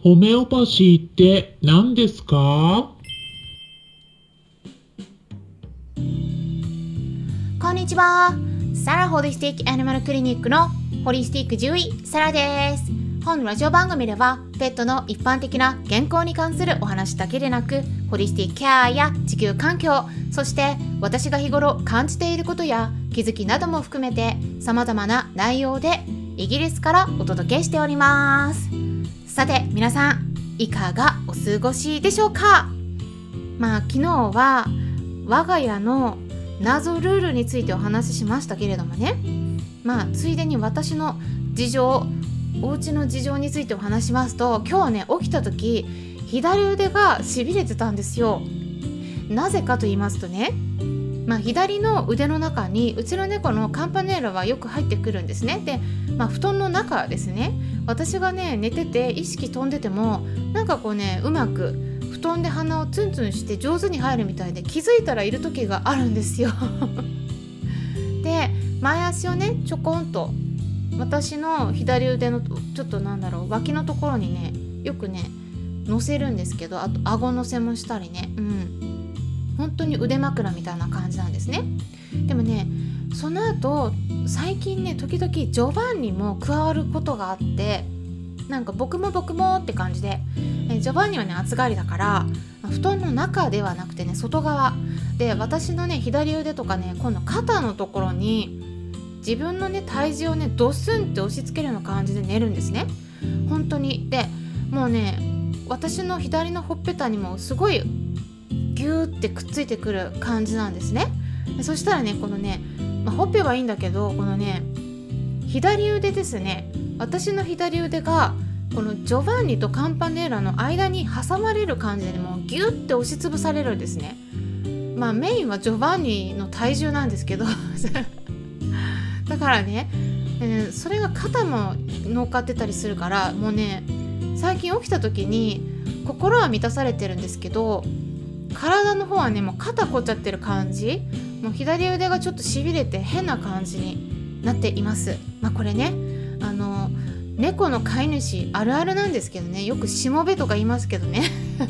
ホメオパシーって何ですか？ こんにちは。サラホリスティックアニマルクリニックのホリスティック獣医サラです。本ラジオ番組ではペットの一般的な健康に関するお話だけでなく、ホリスティックケアや地球環境、そして私が日頃感じていることや気づきなども含めて様々な内容でイギリスからお届けしております。さて皆さん、いかがお過ごしでしょうか？昨日は我が家の謎ルールについてお話ししましたけれどもね、ついでに私のお家の事情についてお話しますと、今日ね起きた時左腕がしびれてたんですよ。なぜかと言いますとね、左の腕の中にうちの猫のカンパネーラはよく入ってくるんですね。で、布団の中ですね、私がね寝てて意識飛んでてもうまく布団で鼻をツンツンして上手に入るみたいで、気づいたらいる時があるんですよで、前足をねちょこんと私の左腕のちょっと脇のところにねよくね乗せるんですけど、あと顎乗せもしたりね、本当に腕枕みたいな感じなんですね。でもね、その後最近ね時々ジョバンニも加わることがあって、僕もって感じで、ジョバンニはね暑がりだから、布団の中ではなくてね外側で、私のね左腕とかね今度肩のところに自分のね体重をねドスンって押し付けるような感じで寝るんですね。本当に。でもうね、私の左のほっぺたにもすごいギューってくっついてくる感じなんですね。でそしたらねこのね、ほっぺはいいんだけど、このね左腕ですね、私の左腕がこのジョバンニとカンパネーラの間に挟まれる感じで、もうギュッて押しつぶされるんですね。メインはジョバンニの体重なんですけどだからね、それが肩も乗っかってたりするから、もうね最近起きた時に心は満たされてるんですけど、体の方はねもう肩凝っちゃってる感じ、もう左腕がちょっとしびれて変な感じになっています。これね猫の飼い主あるあるなんですけどね、よくしもべとか言いますけどね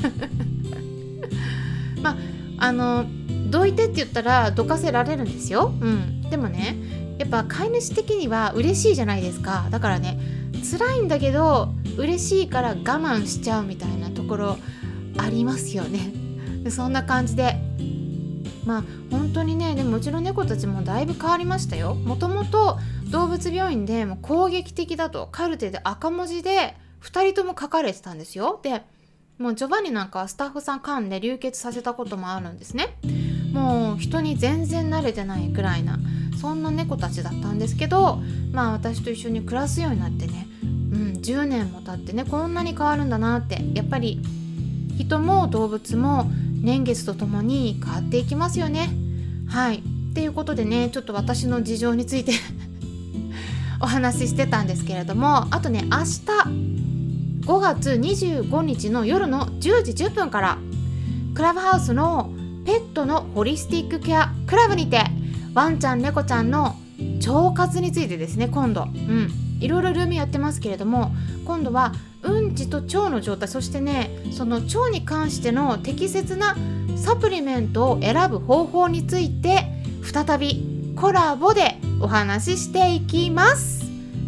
どいてって言ったらどかせられるんですよ。でもね、やっぱ飼い主的には嬉しいじゃないですか。だからね、辛いんだけど嬉しいから我慢しちゃうみたいなところありますよね。でそんな感じで本当にね、でもうちの猫たちもだいぶ変わりましたよ。もともと動物病院でもう攻撃的だとカルテで赤文字で2人とも書かれてたんですよ。でもうジョバンニなんかはスタッフさん噛んで流血させたこともあるんですね。もう人に全然慣れてないくらいな、そんな猫たちだったんですけど、私と一緒に暮らすようになってね、10年も経ってねこんなに変わるんだなって。やっぱり人も動物も年月とともに変わっていきますよね。っていうことでね、ちょっと私の事情についてお話ししてたんですけれども、あとね、明日5月25日の夜の10時10分からクラブハウスのペットのホリスティックケアクラブにて、ワンちゃん猫ちゃんの腸活についてですね、今度いろいろルームやってますけれども、今度はうんちと腸の状態、そしてねその腸に関しての適切なサプリメントを選ぶ方法について再びコラボでお話ししていきます。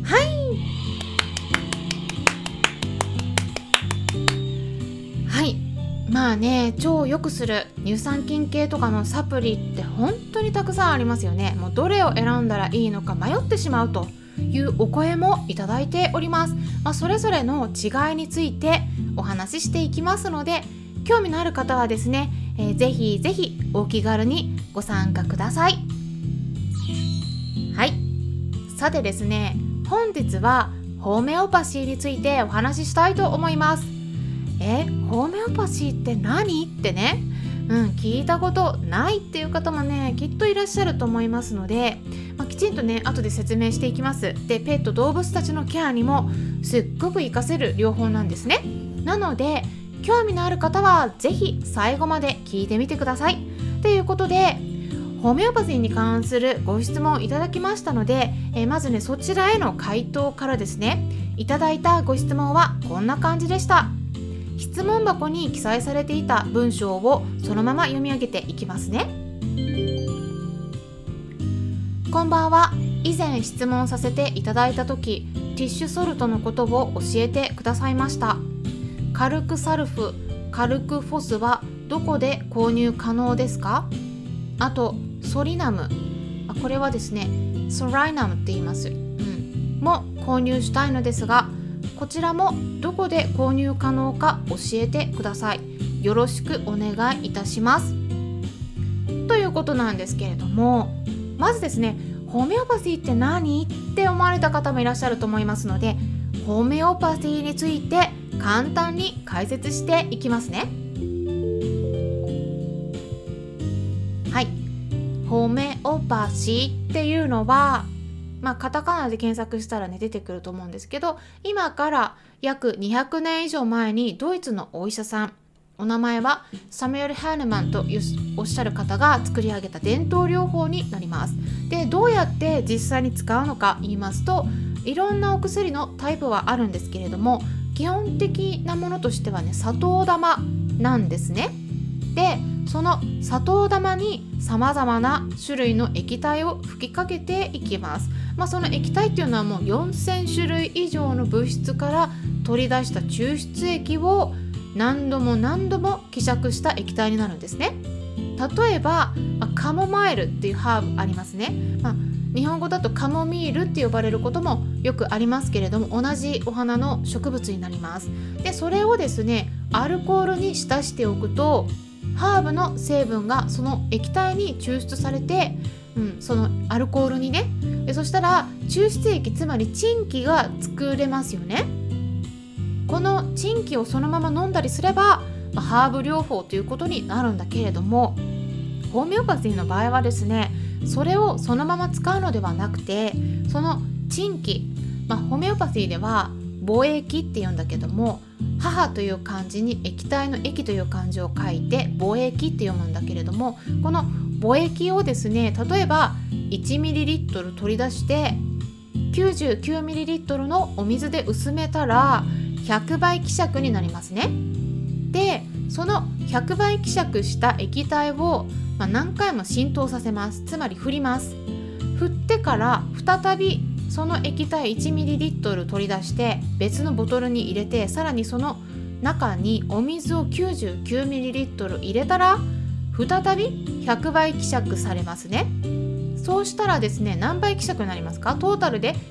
腸を良くする乳酸菌系とかのサプリって本当にたくさんありますよね。もうどれを選んだらいいのか迷ってしまうというお声もいただいております。それぞれの違いについてお話ししていきますので、興味のある方はですね、ぜひぜひお気軽にご参加ください。さてですね、本日はホメオパシーについてお話ししたいと思います。ホメオパシーって何ってね、聞いたことないっていう方もねきっといらっしゃると思いますので、きちんとね後で説明していきます。で、ペット動物たちのケアにもすっごく活かせる療法なんですね。なので興味のある方はぜひ最後まで聞いてみてください。ということで、ホメオパシーに関するご質問いただきましたので、まずねそちらへの回答からですね、 いただいたご質問はこんな感じでした。質問箱に記載されていた文章をそのまま読み上げていきますね。こんばんは。以前質問させていただいたとき、ティッシュソルトのことを教えてくださいました。カルクサルフ、カルクフォスはどこで購入可能ですか？あと、ソリナム、これはですね、ソライナムって言います。も購入したいのですが、こちらもどこで購入可能か教えてください。よろしくお願いいたします。ということなんですけれども、まずですね、ホメオパシーって何って思われた方もいらっしゃると思いますので、ホメオパシーについて簡単に解説していきますね。はい、ホメオパシーっていうのは、カタカナで検索したらね出てくると思うんですけど、今から約200年以上前にドイツのお医者さん、お名前はサミュエル・ハーネマンとおっしゃる方が作り上げた伝統療法になります。で、どうやって実際に使うのか言いますと、いろんなお薬のタイプはあるんですけれども、基本的なものとしてはね、砂糖玉なんですね。で、その砂糖玉にさまざまな種類の液体を吹きかけていきます。その液体っていうのはもう4000種類以上の物質から取り出した抽出液を何度も希釈した液体になるんですね。例えば、カモマイルっていうハーブありますね。日本語だとカモミールって呼ばれることもよくありますけれども、同じお花の植物になります。で、それをですね、アルコールに浸しておくと、ハーブの成分がその液体に抽出されて、そのアルコールにね、そしたら抽出液、つまり鎮気が作れますよね。この鎮気をそのまま飲んだりすれば、ハーブ療法ということになるんだけれども、ホメオパシーの場合はですね、それをそのまま使うのではなくて、その鎮気、ホメオパシーでは母液って言うんだけども、母という漢字に液体の液という漢字を書いて母液って読むんだけれども、この母液をですね、例えば 1ml 取り出して 99ml のお水で薄めたら100倍希釈になりますね。で、その100倍希釈した液体を何回も浸透させます。つまり振ります。振ってから再びその液体 1ml 取り出して別のボトルに入れて、さらにその中にお水を 99ml 入れたら再び100倍希釈されますね。そうしたらですね、何倍希釈になりますか？トータルで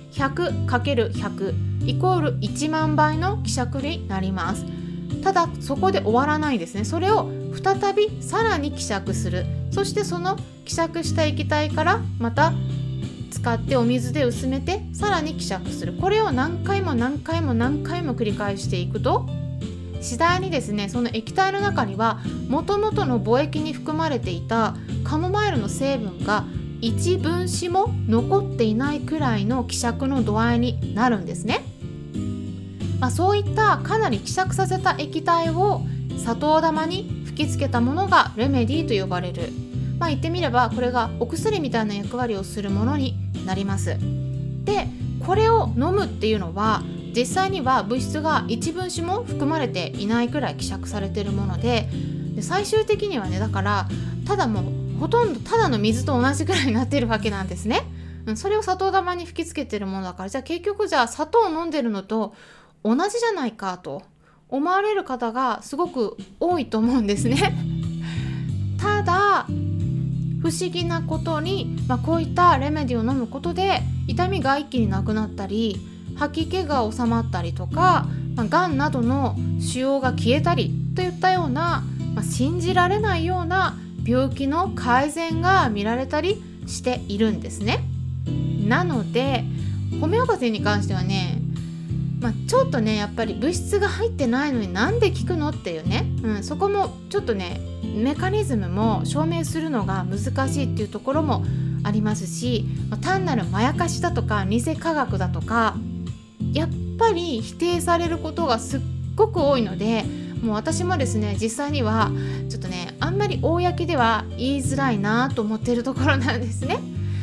100×100 イコール1万倍の希釈になります。ただそこで終わらないですね。それを再びさらに希釈する。そしてその希釈した液体からまた使ってお水で薄めてさらに希釈する。これを何回も繰り返していくと、次第にですね、その液体の中には元々の母液に含まれていたカモマイルの成分が一分子も残っていないくらいの希釈の度合いになるんですね。そういったかなり希釈させた液体を砂糖玉に吹きつけたものがレメディと呼ばれる。言ってみればこれがお薬みたいな役割をするものになります。で、これを飲むっていうのは実際には物質が一分子も含まれていないくらい希釈されているもので、最終的にはね、だからただもうほとんどただの水と同じくらいになっているわけなんですね。それを砂糖玉に吹きつけているものだから、じゃあ結局砂糖を飲んでるのと同じじゃないかと思われる方がすごく多いと思うんですね。ただ不思議なことに、こういったレメディを飲むことで痛みが一気になくなったり、吐き気が収まったりとか、がんなどの腫瘍が消えたりといったような、信じられないような病気の改善が見られたりしているんですね。なのでホメオパシーに関してはね、ちょっとね、やっぱり物質が入ってないのになんで効くのっていうね、そこもちょっとね、メカニズムも証明するのが難しいっていうところもありますし、単なるまやかしだとか偽科学だとかやっぱり否定されることがすっごく多いので、もう私もですね、実際にはちょっとね、あんまり公では言いづらいなと思っているところなんですね。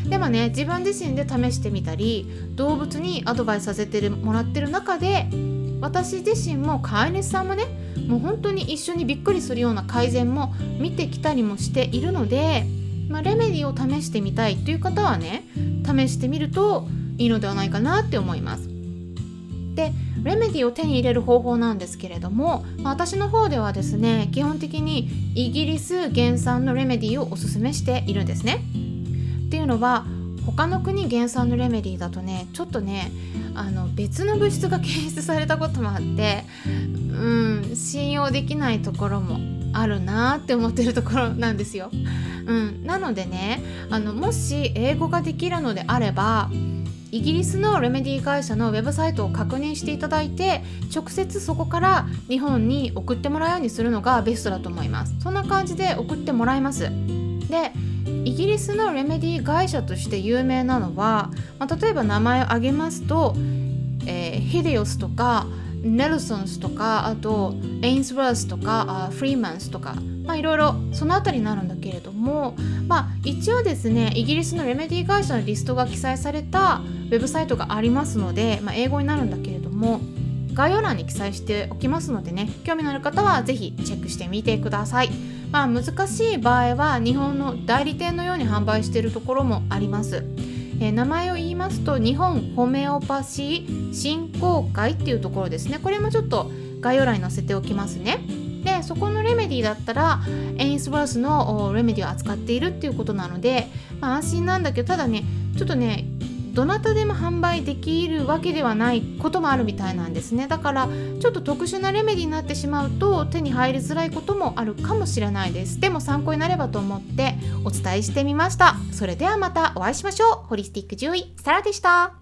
でもね、自分自身で試してみたり、動物にアドバイスさせてもらってる中で、私自身も飼い主さんもね、もう本当に一緒にびっくりするような改善も見てきたりもしているので、レメディを試してみたいという方はね、試してみるといいのではないかなって思います。で、レメディを手に入れる方法なんですけれども、私の方ではですね、基本的にイギリス原産のレメディをおすすめしているんですね。っていうのは、他の国原産のレメディだとね、ちょっとね、別の物質が検出されたこともあって、信用できないところもあるなって思ってるところなんですよ。なのでね、もし英語ができるのであれば、イギリスのレメディ会社のウェブサイトを確認していただいて、直接そこから日本に送ってもらうようにするのがベストだと思います。そんな感じで送ってもらいます。で、イギリスのレメディ会社として有名なのは、例えば名前を挙げますと、ヒデオスとかネルソンスとか、あとエインスワースとかフリーマンスとか、いろいろそのあたりになるんだけれども、一応ですね、イギリスのレメディ会社のリストが記載されたウェブサイトがありますので、英語になるんだけれども、概要欄に記載しておきますのでね、興味のある方はぜひチェックしてみてください。難しい場合は日本の代理店のように販売しているところもあります。名前を言いますと、日本ホメオパシー振興会っていうところですね。これもちょっと概要欄に載せておきますね。で、そこのレメディだったらエインスワースのレメディを扱っているっていうことなので、安心なんだけど、ただね、ちょっとね、どなたでも販売できるわけではないこともあるみたいなんですね。だからちょっと特殊なレメディになってしまうと手に入りづらいこともあるかもしれないです。でも参考になればと思ってお伝えしてみました。それではまたお会いしましょう。ホリスティック獣医サラでした。